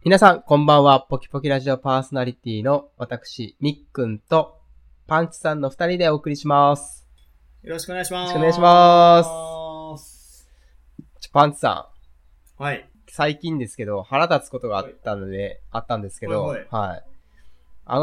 皆さん、こんばんは。ポキポキラジオパーソナリティの私、みっくんとパンチさんの二人でお送りします。 よろしくお願いします。 よろしくお願いします。パンチさん。はい。 最近ですけど、腹立つことがあったんですけど、はい。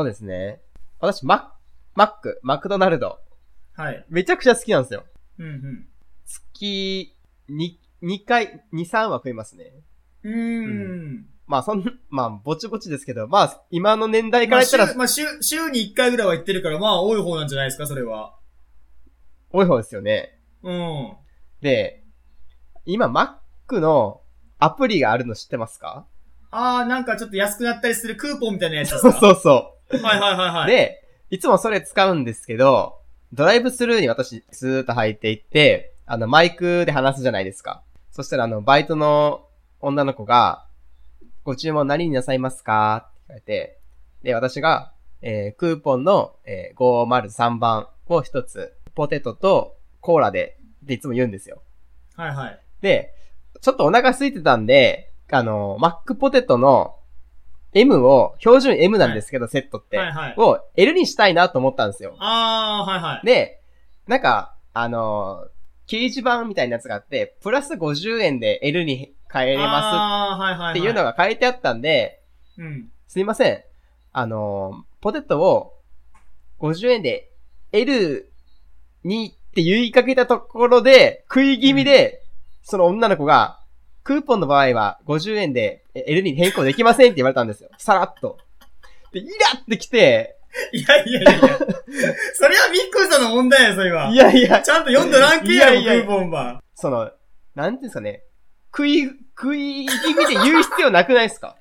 ですね、私、マクドナルド。はい。めちゃくちゃ好きなんですよ。 うんうん。 月2回、2、3は食いますね。まあ、ぼちぼちですけど、まあ、今の年代から言ったら、 週に1回ぐらいは行ってるから、まあ、多い方なんじゃないですか、それは。 多い方ですよね。 うん。 で、今、マックのアプリがあるの知ってますか？ なんかちょっと安くなったりするクーポンみたいなやつですか？ そう。 はい。 で、いつもそれ使うんですけど、ドライブスルーに私、スーッと入っていって、マイクで話すじゃないですか。そしたらバイトの女の子が、ご注文何になさいますかって聞かれて、で、私が、クーポンの、503番を一つ、ポテトとコーラで、いつも言うんですよ。 はい。 で、ちょっとお腹空いてたんで、マックポテトの M を、標準 M なんですけど、セットって、を L にしたいなと思ったんですよ。 はい。 で、なんか、掲示板みたいなやつがあって、プラス50円で L に変えれますっていうのが書いてあったんで、すいません。ポテトを50円で L にって言いかけたところで、食い気味で、その女の子が、クーポンの場合は50円で L に変更できませんって言われたんですよ。さらっと。で、イラってきて、 いや。それはミックさんの問題や、それは。 いや。 ちゃんと読んどらんけやろ、クーポンは。 なんていうんですかね。食い気味で言う必要なくないですか？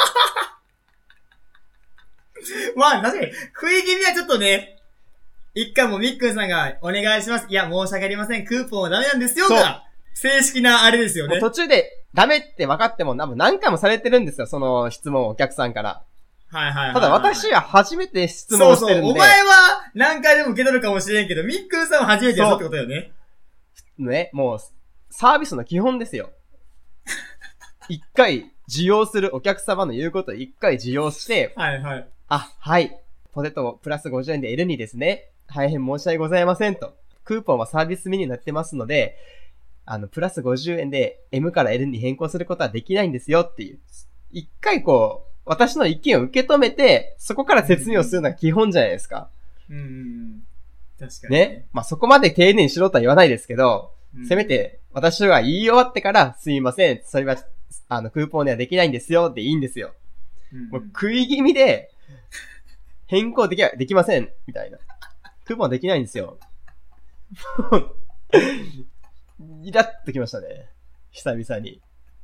まあ、確かに、食い気味はちょっとね、一回もみっくんさんがお願いします。いや、申し訳ありません。クーポンはダメなんですよ。が、正式なあれですよね。 途中でダメって分かっても何回もされてるんですよ。その質問をお客さんから。 はい。 ただ私は初めて質問してるんで。 お前は何回でも受け取るかもしれんけど、みっくんさんは初めてやったってことよね。 ね、もう、サービスの基本ですよ。一回受容するお客様の言うことを一回受容して、 はい。 はい。ポテトプラス50円で L にですね。大変申し訳ございませんと。クーポンはサービスメニューになってますので、プラス50円で M から L に変更することはできないんですよっていう。一回私の意見を受け止めて、そこから説明をするのが基本じゃないですか。 確かに。 ね。まあ、そこまで丁寧にしろとは言わないですけど、せめて、私が言い終わってから、すいません。それは、クーポンではできないんですよっていいんですよ。もう食い気味で、変更できません。みたいな。クーポンできないんですよ。イラッときましたね。久々に。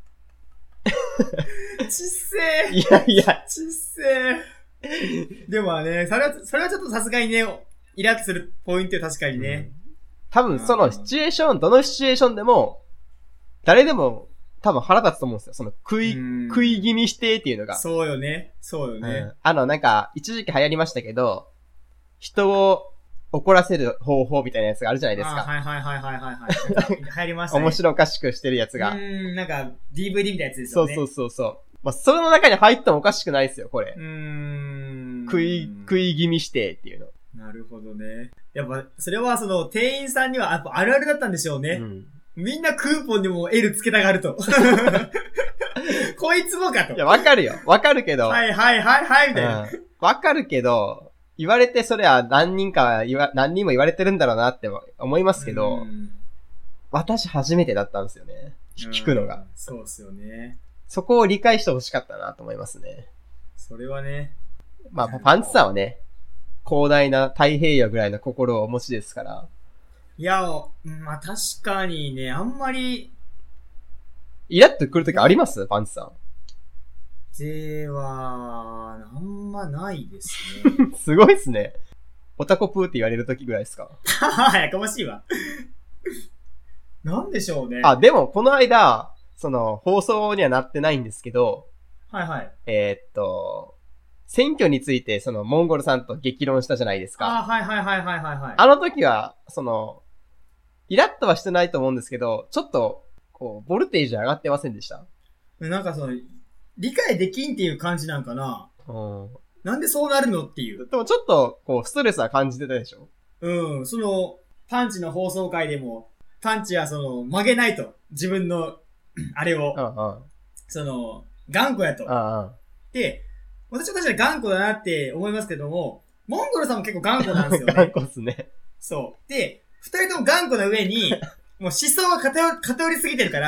ちっせー。 いや。 ちっせー。でもね、それはちょっとさすがにね、イラッとするポイントは確かにね。 多分そのシチュエーション、どのシチュエーションでも、誰でも多分腹立つと思うんですよ。その食い気味してっていうのが。 そうよね。 なんか、一時期流行りましたけど、人を怒らせる方法みたいなやつがあるじゃないですか。 はい。流行りましたね。 面白おかしくしてるやつが。 なんか、DVD みたいなやつですよね。 そう。まあ、その中に入ってもおかしくないですよ、これ。食い気味してっていうの。 なるほどね。やっぱ、それは店員さんにはやっぱあるあるだったんでしょうね。みんなクーポンでも L つけたがると。こいつもかと。 いや、わかるよ。わかるけど。 はい、みたいな。 わかるけど、言われてそれは何人も言われてるんだろうなって思いますけど、私初めてだったんですよね。聞くのが。 そうっすよね。 そこを理解してほしかったなと思いますね。 それはね。 まあ、パンツさんはね、広大な太平洋ぐらいの心をお持ちですから。 いや、まあ確かにね、あんまり。 イラッと来るときありますパンツさん。 では、あんまないですね。 すごいっすね。オタコプーって言われるときぐらいですか？ やかましいわ。なんでしょうね。 でもこの間、放送にはなってないんですけど、 はい。 選挙についてモンゴルさんと激論したじゃないですか。 はい。 あの時は、イラッとはしてないと思うんですけど、ちょっと、ボルテージ上がってませんでした？ なんか理解できんっていう感じなんかな。なんでそうなるのっていう。 でもちょっと、こう、ストレスは感じてたでしょ？ パンチの放送回でも、パンチは曲げないと。自分の、あれを。頑固やと。で、私は確かに頑固だなって思いますけども、モンゴルさんも結構頑固なんですよね。 頑固っすね。 そう。で、二人とも頑固な上に、もう思想が偏りすぎてるから、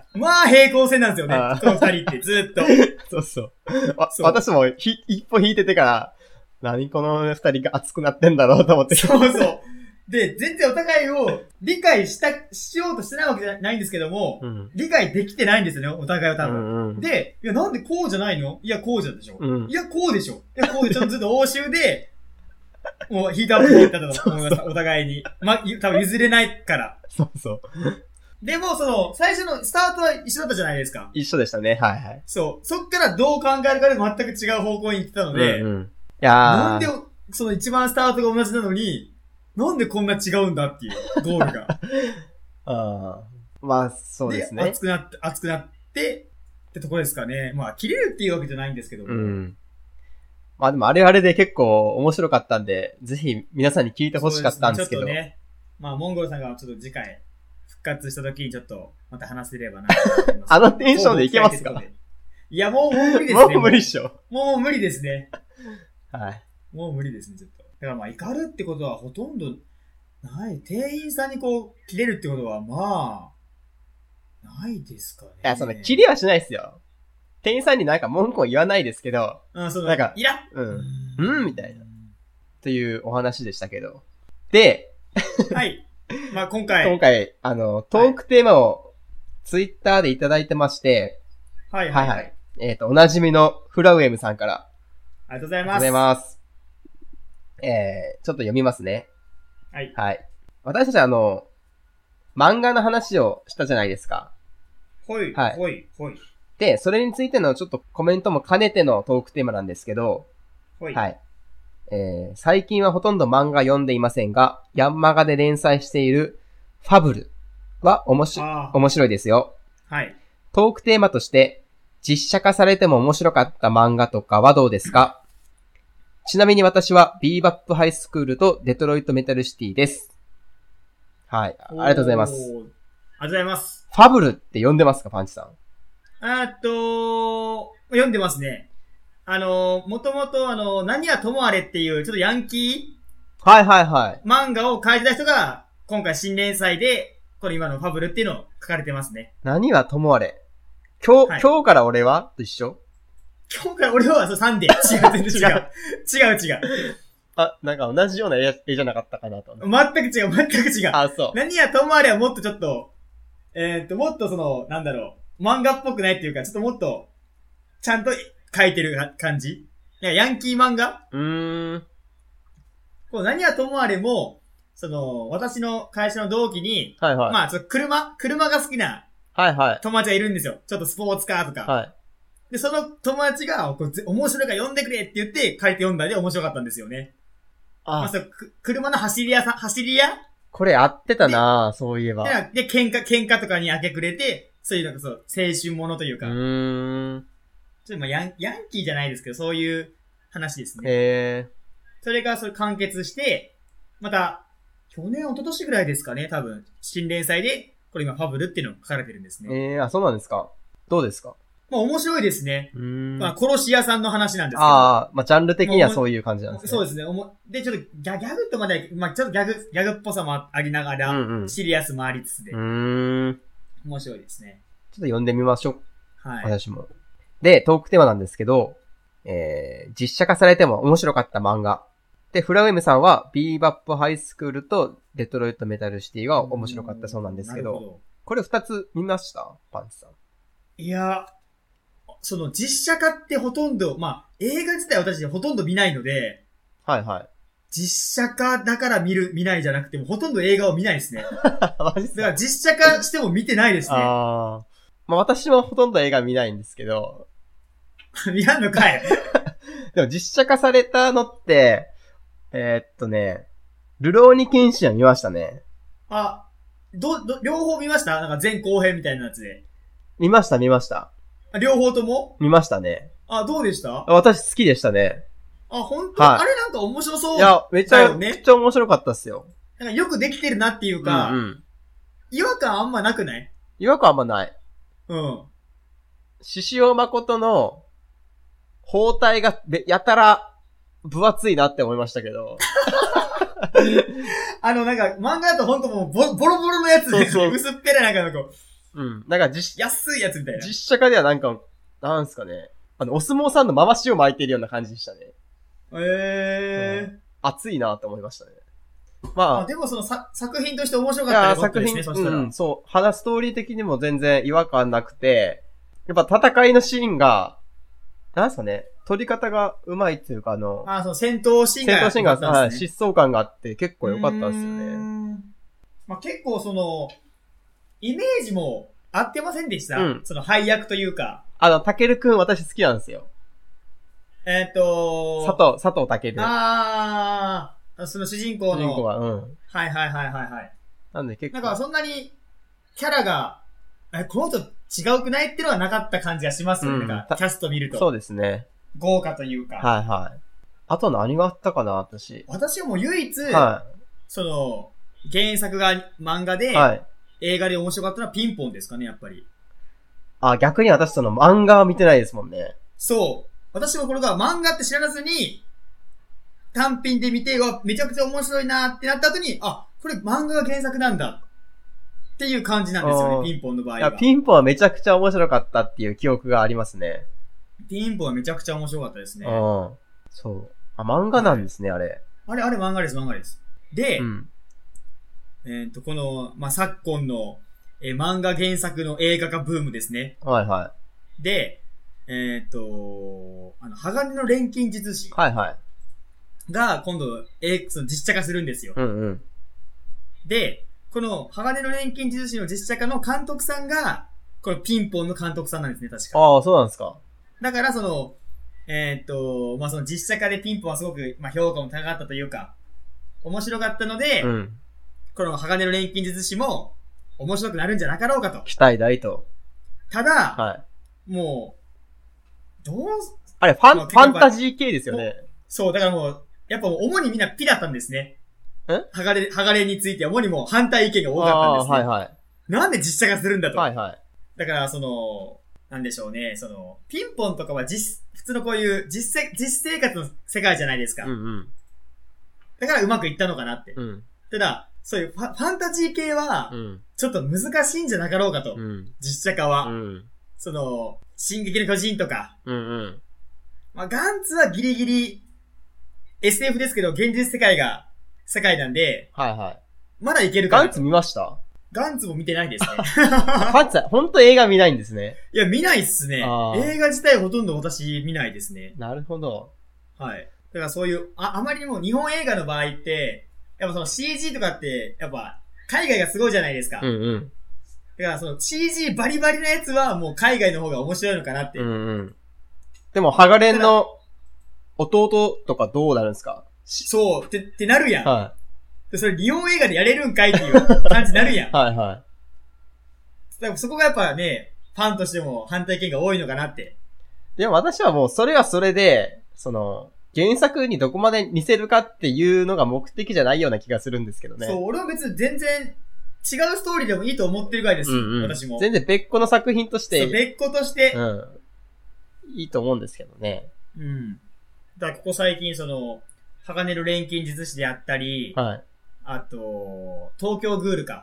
まあ平行線なんですよね。この二人ってずっと。 そう。私も一歩引いててから、何この二人が熱くなってんだろうと思って。 そう。で、全然お互いを理解しようとしてないわけじゃないんですけども、理解できてないんですよね、お互いは多分。で、いや、なんでこうじゃないの？いや、こうじゃでしょ。いや、こうでしょ。いや、こうでちょっとずっと応酬で、もうヒートアップしていったと思います、お互いに。多分譲れないから。 そう。 でも、最初のスタートは一緒だったじゃないですか。 一緒でしたね、はい。 そう。そっからどう考えるかで全く違う方向に行ってたので、 なんで、一番スタートが同じなのに、なんでこんな違うんだっていう、ゴールが。まあ、そうですね。 熱くなってってところですかね。まあ、切れるっていうわけじゃないんですけども。 まあでもあれあれで結構面白かったんで、ぜひ皆さんに聞いてほしかったんですけど。 ちょっとね、まあ、モンゴルさんがちょっと次回復活した時にちょっとまた話せればなあのテンションでいけますか？ いや、もう無理ですね。 もう無理っしょ。 もう無理ですね。 はい。 もう無理ですね、ちょっと。だからまあ、怒るってことはほとんどない。店員さんにこう、切れるってことはまあ、ないですかね。 いや、切れはしないですよ。店員さんになんか文句を言わないですけど。なんか、 イラッみたいな。というお話でしたけど。で、 はい。まあ今回、 トークテーマをツイッターでいただいてまして、 はい。 おなじみのフラウエムさんから。 ありがとうございます。 ありがとうございます。ちょっと読みますね。 はい。 私たち漫画の話をしたじゃないですか。 ほい。 で、それについてのちょっとコメントも兼ねてのトークテーマなんですけど、はい。最近はほとんど漫画読んでいませんが、ヤンマガで連載しているファブルは面白いですよ。 はい。 トークテーマとして、実写化されても面白かった漫画とかはどうですか？ちなみに私はビーバップハイスクールとデトロイトメタルシティです。はい。ありがとうございます。 ありがとうございます。 ファブルって読んでますか、パンチさん？ 読んでますね。もともと何はともあれっていう、ちょっとヤンキー漫画を書いてた人が、今回新連載で、これ今のファブルっていうのを書かれてますね。 何はともあれ。今日から俺はと一緒？ 今日から俺は、サンデー。全然違う。 なんか同じような絵じゃなかったかなと。 全く違う。 そう。 何はともあれはもっとちょっと、もっとなんだろう、漫画っぽくないっていうか、ちょっともっと、ちゃんと書いてる感じ？いや、ヤンキー漫画？こう、何はともあれも、私の会社の同期に、まあ、車が好きな、友達がいるんですよ。ちょっとスポーツカーとか。で、その友達が、面白いから読んでくれって言って、書いて読んだりで面白かったんですよね。まあ、車の走り屋？ これ合ってたなぁ、そういえば。 で、喧嘩とかに明け暮れて、そういう青春ものというか。ちょっとまあヤンキーじゃないですけど、そういう話ですね。それが完結して、また、去年、一昨年ぐらいですかね、多分、新連載で、これ今ファブルっていうのが書かれてるんですね。 そうなんですか。どうですか？ まあ面白いですね。まあ殺し屋さんの話なんですけど。 まあジャンル的にはそういう感じなんですね。 そうですね。で、ちょっとギャグとまで、まあちょっとギャグっぽさもありながら、シリアスもありつつで。面白いですね。 ちょっと読んでみましょう。私も。で、トークテーマなんですけど、実写化されても面白かった漫画。で、フラウェムさんは、ビーバップハイスクールとデトロイトメタルシティが面白かったそうなんですけど、これ2つ見ました？パンチさん。 いや、実写化ってほとんど、まあ、映画自体私ほとんど見ないので、実写化だから見ないじゃなくても、ほとんど映画を見ないですね。マジっすか？だから実写化しても見てないですね。 まあ私もほとんど映画見ないんですけど。 見らんのかい？ でも実写化されたのって、ルローニケンシンは見ましたね。 両方見ました？なんか前後編みたいなやつで。 見ました。 両方とも見ましたね。 どうでした？ 私好きでしたね。 本当、はい、あれなんか面白そう、ね。 いや、めちゃくちゃ面白かったっすよ。 なんかよくできてるなっていうか、違和感あんまなくない？ 違和感あんまない。獅子王誠の包帯がやたら分厚いなって思いましたけど。 なんか漫画だとほんともうボロボロのやつで、薄っぺらいなんかのなんか安いやつみたいな。 実写化ではなんか、なんすかね。お相撲さんの回しを巻いてるような感じでしたね。熱いなって思いましたね。 でもその作品として面白かったらよかったですね、そしたら。 そう。ストーリー的にも全然違和感なくて、やっぱ戦いのシーンが、なんすかね、撮り方が上手いっていうかその戦闘シーンが、 疾走感があって結構良かったですよね。 結構イメージも合ってませんでした？その配役というか。 たけるくん私好きなんですよ。佐藤健。 その主人公の。 主人公は、 はい。 なんで結構。 なんかそんなに、キャラが、この人違うくないっていうのはなかった感じがしますよね。なんか、キャスト見ると。 そうですね。 豪華というか。 はい。あと何があったかな、私はもう唯一、その、原作が漫画で、映画で面白かったのはピンポンですかね、やっぱり。 逆に私その漫画は見てないですもんね。 そう。私もこれが漫画って知らずに、単品で見て、めちゃくちゃ面白いなってなった後に、これ漫画が原作なんだ。っていう感じなんですよね、ピンポンの場合は。 ピンポンはめちゃくちゃ面白かったっていう記憶がありますね。 ピンポンはめちゃくちゃ面白かったですね。 そう。漫画なんですね、あれ。 あれ漫画です。で、この、昨今の、漫画原作の映画化ブームですね。で、鋼の錬金術師。が、今度、その実写化するんですよ。で、この、鋼の錬金術師の実写化の監督さんが、このピンポンの監督さんなんですね、確か。 そうなんですか。 だから、その実写化でピンポンはすごく、評価も高かったというか、面白かったので、この鋼の錬金術師も、面白くなるんじゃなかろうかと。 期待大と。 ただ、もう、 あれ、ファンタジー系ですよね。 そう、だからもう、やっぱ主にみんなピだったんですね。鋼については主にもう反対意見が多かったんですね。なんで実写化するんだと。だから、なんでしょうね、ピンポンとかは普通のこういう実生活の世界じゃないですか。だからうまくいったのかなって。ただ、そういうファンタジー系は、ちょっと難しいんじゃなかろうかと。実写化は。進撃の巨人とか。ガンツはギリギリ SF ですけど、現実世界なんで、まだいけるかな。 ガンツ見ました？ ガンツも見てないですね。 ガンツは本当映画見ないんですね。 いや、見ないっすね。映画自体ほとんど私見ないですね。 なるほど。 だからそういう、あまりにも日本映画の場合って、やっぱその CG とかって、やっぱ海外がすごいじゃないですか。だからその CG バリバリなやつはもう海外の方が面白いのかなって。 でも、ハガレンの弟とかどうなるんですか？ そう、ってなるやん。で、それ日本映画でやれるんかいっていう感じになるやん。だからそこがやっぱね、ファンとしても反対意見が多いのかなって。 でも私はもうそれはそれで、原作にどこまで似せるかっていうのが目的じゃないような気がするんですけどね。 そう、俺は別に全然違うストーリーでもいいと思ってるぐらいです。私も。 全然別個の作品として。 そう、別個として。 いいと思うんですけどね。 だからここ最近鋼の錬金術師であったり、あと、東京グールか。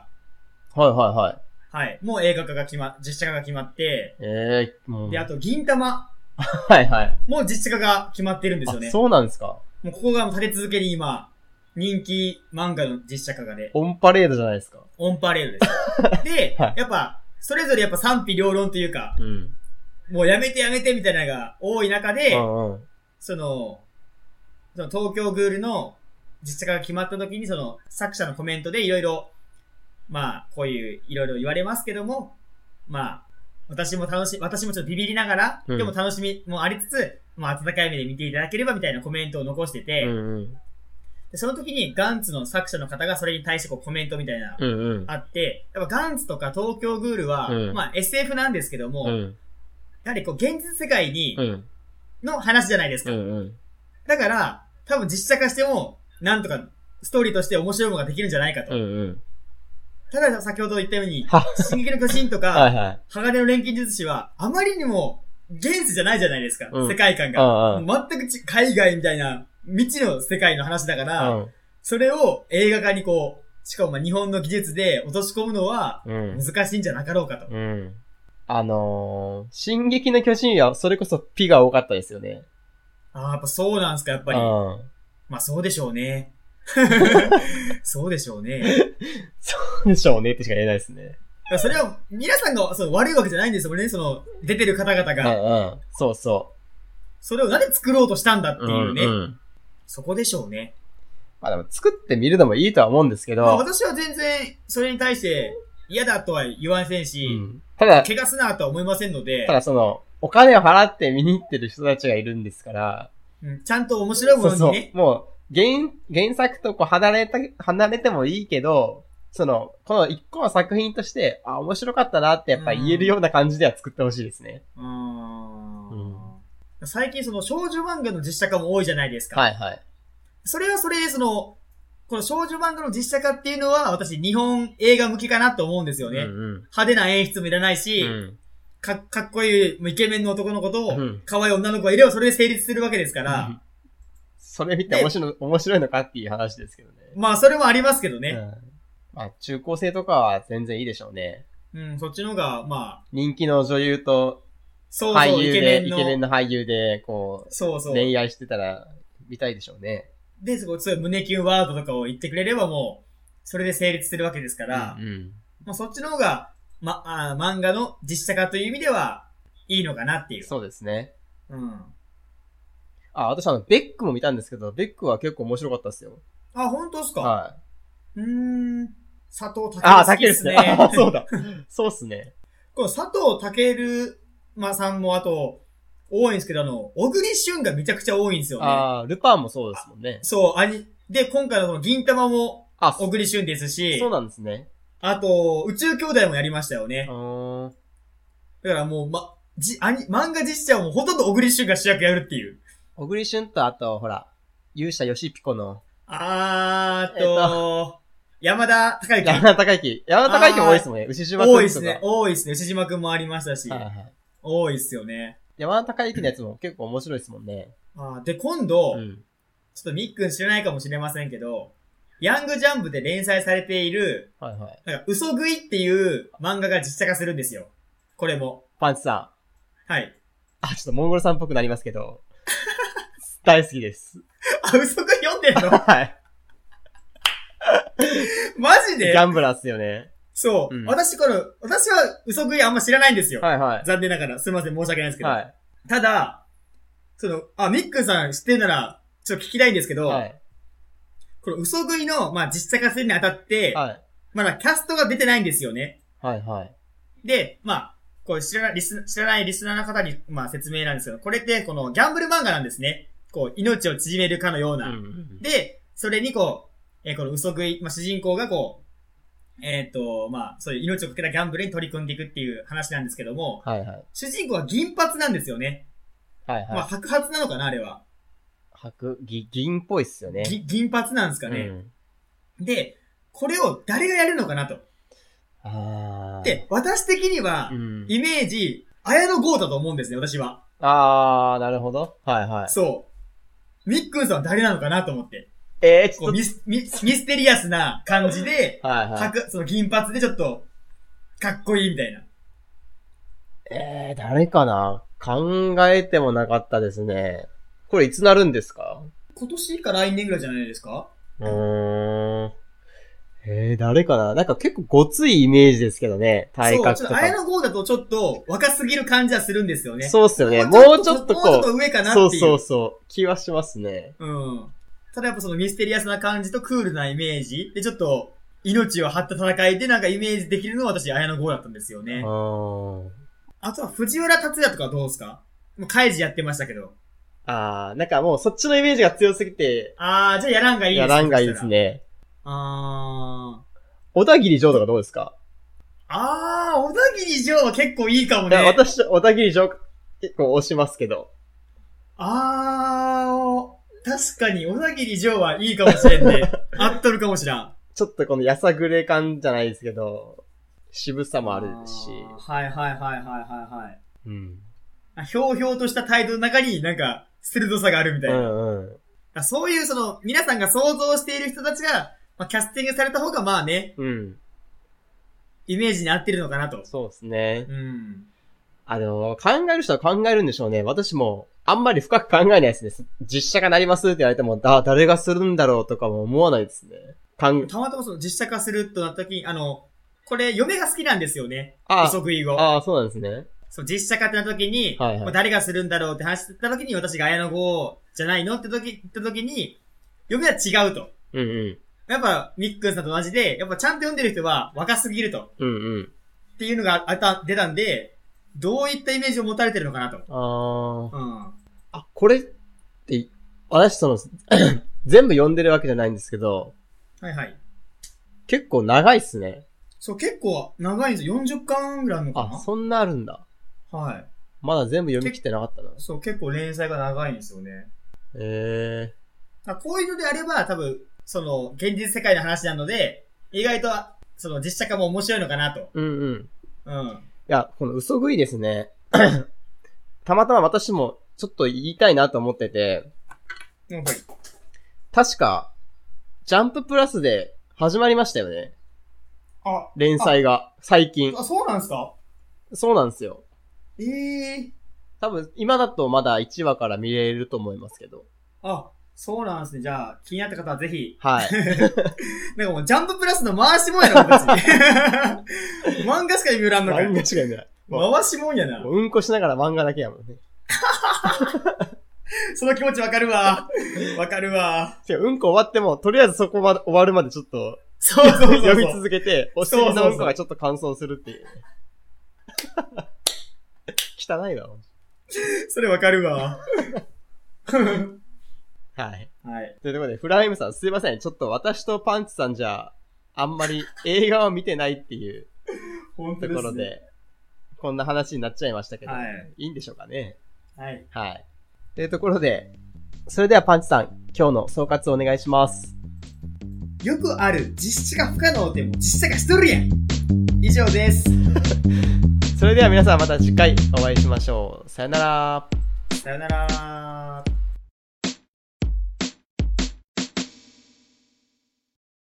もう映画化が実写化が決まって、で、あと、銀玉。もう実写化が決まってるんですよね。 そうなんですか。 もうここが立て続けに今、人気漫画の実写化がで。 オンパレードじゃないですか。 オンパレードです。で、やっぱ、それぞれやっぱ賛否両論というか、もうやめてみたいなのが多い中で、その東京グールの実写化が決まった時に作者のコメントでいろいろ、こういういろいろ言われますけども、私もちょっとビビりながら、でも楽しみもありつつ、温かい目で見ていただければみたいなコメントを残してて、でその時にガンツの作者の方がそれに対してコメントみたいな、あって、やっぱガンツとか東京グールは、SF なんですけども、やっやはりこう、現実世界に、の話じゃないですか。だから、多分実写化しても、なんとか、ストーリーとして面白いものができるんじゃないかと。ただ、先ほど言ったように、進撃の巨人とか、鋼の錬金術師は、あまりにも、現実じゃないじゃないですか。世界観が。全く海外みたいな、未知の世界の話だから、それを映画化にこう、しかも日本の技術で落とし込むのは、難しいんじゃなかろうかと。 進撃の巨人はそれこそピが多かったですよね。 やっぱそうなんですか、やっぱり。まあそうでしょうね。そうでしょうね。 そうでしょうねってしか言えないですね。 それは、皆さんが悪いわけじゃないんですよね、出てる方々が。 そうそう。 それを何で作ろうとしたんだっていうね。そこでしょうね。 まあでも作ってみるのもいいとは思うんですけど。 私は全然、それに対して嫌だとは言わせんし、ただ、怪我すなとは思いませんので。 ただお金を払って見に行ってる人たちがいるんですから。 ちゃんと面白いものにね。 そうもう、原作と離れてもいいけど、この一個の作品として、面白かったなってやっぱ言えるような感じでは作ってほしいですね。 最近少女漫画の実写化も多いじゃないですか。それはそれでこの少女漫画の実写化っていうのは私日本映画向きかなと思うんですよね。派手な演出もいらないし、かっこいいイケメンの男の子と、可愛い女の子がいればそれで成立するわけですから。 それ見て面白いのかっていう話ですけどね。 まあそれもありますけどね。 まあ中高生とかは全然いいでしょうね。 そっちの方が、まあ。 人気の女優と、俳優で、イケメンの俳優で、恋愛してたら見たいでしょうね。 で、そういう胸キュンワードとかを言ってくれればもう、それで成立するわけですから、まあそっちの方が、漫画の実写化という意味では、いいのかなっていう。 そうですね。私ベックも見たんですけど、ベックは結構面白かったですよ。 本当ですか？ はい。 佐藤健好きですね。 そうだ。そうっすね。 この佐藤健さんも多いんですけど、小栗旬がめちゃくちゃ多いんですよね。 ルパンもそうですもんね。 そう、で、今回のこの銀玉も、小栗旬ですし。 そうなんですね。 あと、宇宙兄弟もやりましたよね。だからもう、漫画実写はもうほとんど小栗旬が主役やるっていう。 小栗旬とほら、勇者ヨシピコの。 山田孝之。 山田孝之も多いですもんね。牛島くんとか。 多いですね。牛島くんもありましたし。多いっすよね。 山田孝之のやつも結構面白いですもんね。 で、今度、ちょっとみっくん知らないかもしれませんけど、ヤングジャンプで連載されている、なんか、嘘食いっていう漫画が実写化するんですよ。これも。 パンチさん。はい。 ちょっとモンゴルさんっぽくなりますけど、大好きです。 嘘食い読んでんの？ はい。 マジで？ ギャンブラーっすよね。 そう。私は嘘食いあんま知らないんですよ。残念ながら。すいません、申し訳ないですけど。ただ、みっくんさん知ってるなら、ちょっと聞きたいんですけど、この嘘食いの、実写化するにあたって、まだキャストが出てないんですよね。で、これ知らないリスナーの方に、説明なんですけど、これってこのギャンブル漫画なんですね。命を縮めるかのような。で、それにこの嘘食い、主人公がそういう命をかけたギャンブルに取り組んでいくっていう話なんですけども、主人公は銀髪なんですよね。白髪なのかな、あれは。 銀っぽいっすよね。 銀髪なんですかね。で、これを誰がやるのかなと。で、私的には、イメージ、綾野剛だと思うんですね、私は。 なるほど。 そう。みっくんさんは誰なのかなと思って。 ちょっとミステリアスな感じで、その銀髪でちょっと、かっこいいみたいな。 誰かな？考えてもなかったですね。これいつなるんですか？ 今年か来年ぐらいじゃないですか？ 誰かな？なんか結構ごついイメージですけどね、体格とか。 綾野剛だとちょっと若すぎる感じはするんですよね。 そうっすよね。もうちょっと上かなっていう。 そう。気はしますね。 ただやっぱそのミステリアスな感じとクールなイメージでちょっと命を張った戦いでなんかイメージできるのは私綾野剛だったんですよね。あとは藤原竜也とかどうですか？もうカイジやってましたけど。 なんかもうそっちのイメージが強すぎて。 じゃあやらんがいいですね。 やらんがいいですね。小田切城とかどうですか？ 小田切城は結構いいかもね。 私、小田切城結構押しますけど。 確かに、小田切城はいいかもしれんね。合っとるかもしらん。 ちょっとこのやさぐれ感じゃないですけど、渋さもあるし。 はいはいはいはいはい。うん。ひょうひょうとした態度の中になんか、鋭さがあるみたいな。うんうん。そういう皆さんが想像している人たちが、キャスティングされた方がまあね、うん。イメージに合ってるのかなと。 そうですね。うん。でも、考える人は考えるんでしょうね。私も、あんまり深く考えないですね。実写化なりますって言われても、誰がするんだろうとかも思わないですね。 たまたま実写化するとなった時に、これ、嫁が好きなんですよね。不足意語。 そうなんですね。 実写化ってなった時に、はいはい、誰がするんだろうって話した時に、私が綾野剛じゃないのって言った時に、嫁は違うと。うんうん。やっぱ、ミックンさんと同じで、やっぱちゃんと読んでる人は若すぎると。うんうん。っていうのが出たんで、どういったイメージを持たれてるのかなと。 これって、私全部読んでるわけじゃないんですけど。はいはい。結構長いっすね。 そう、結構長いんですよ。40巻ぐらいあるのかな。 そんなあるんだ。はい。まだ全部読み切ってなかったな。 そう、結構連載が長いんですよね。こういうのであれば、多分、現実世界の話なので、意外と、実写化も面白いのかなと。うんうん。 うん。いや、この嘘食いですね。たまたま私もちょっと言いたいなと思ってて。はい。確か、ジャンププラスで始まりましたよね。連載が、最近。 そうなんですか？ そうなんですよ。多分、今だとまだ1話から見れると思いますけど。 そうなんですね。じゃあ、気になった方はぜひ。はい。なんかもう、ジャンププラスの回しもんやな、私。漫画しか見らんのかよ。 漫画しか見らん。 回しもんやな。 うんこしながら漫画だけやもんね。 その気持ちわかるわ。わかるわ。 うんこ終わっても、とりあえずそこまで終わるまでちょっと、読み続けて、お尻のうんこがちょっと乾燥するっていう。汚いわ。 それわかるわ。 はい。はい。というところで、フライムさんすいません。ちょっと私とパンチさんじゃ、あんまり映画を見てないっていうところで、こんな話になっちゃいましたけど、はい、いいんでしょうかね。はい。はい。というところで、それではパンチさん、今日の総括をお願いします。 よくある実写が不可能でも実写がしとるやん。以上です。 それでは皆さんまた次回お会いしましょう。さよなら。 さよなら。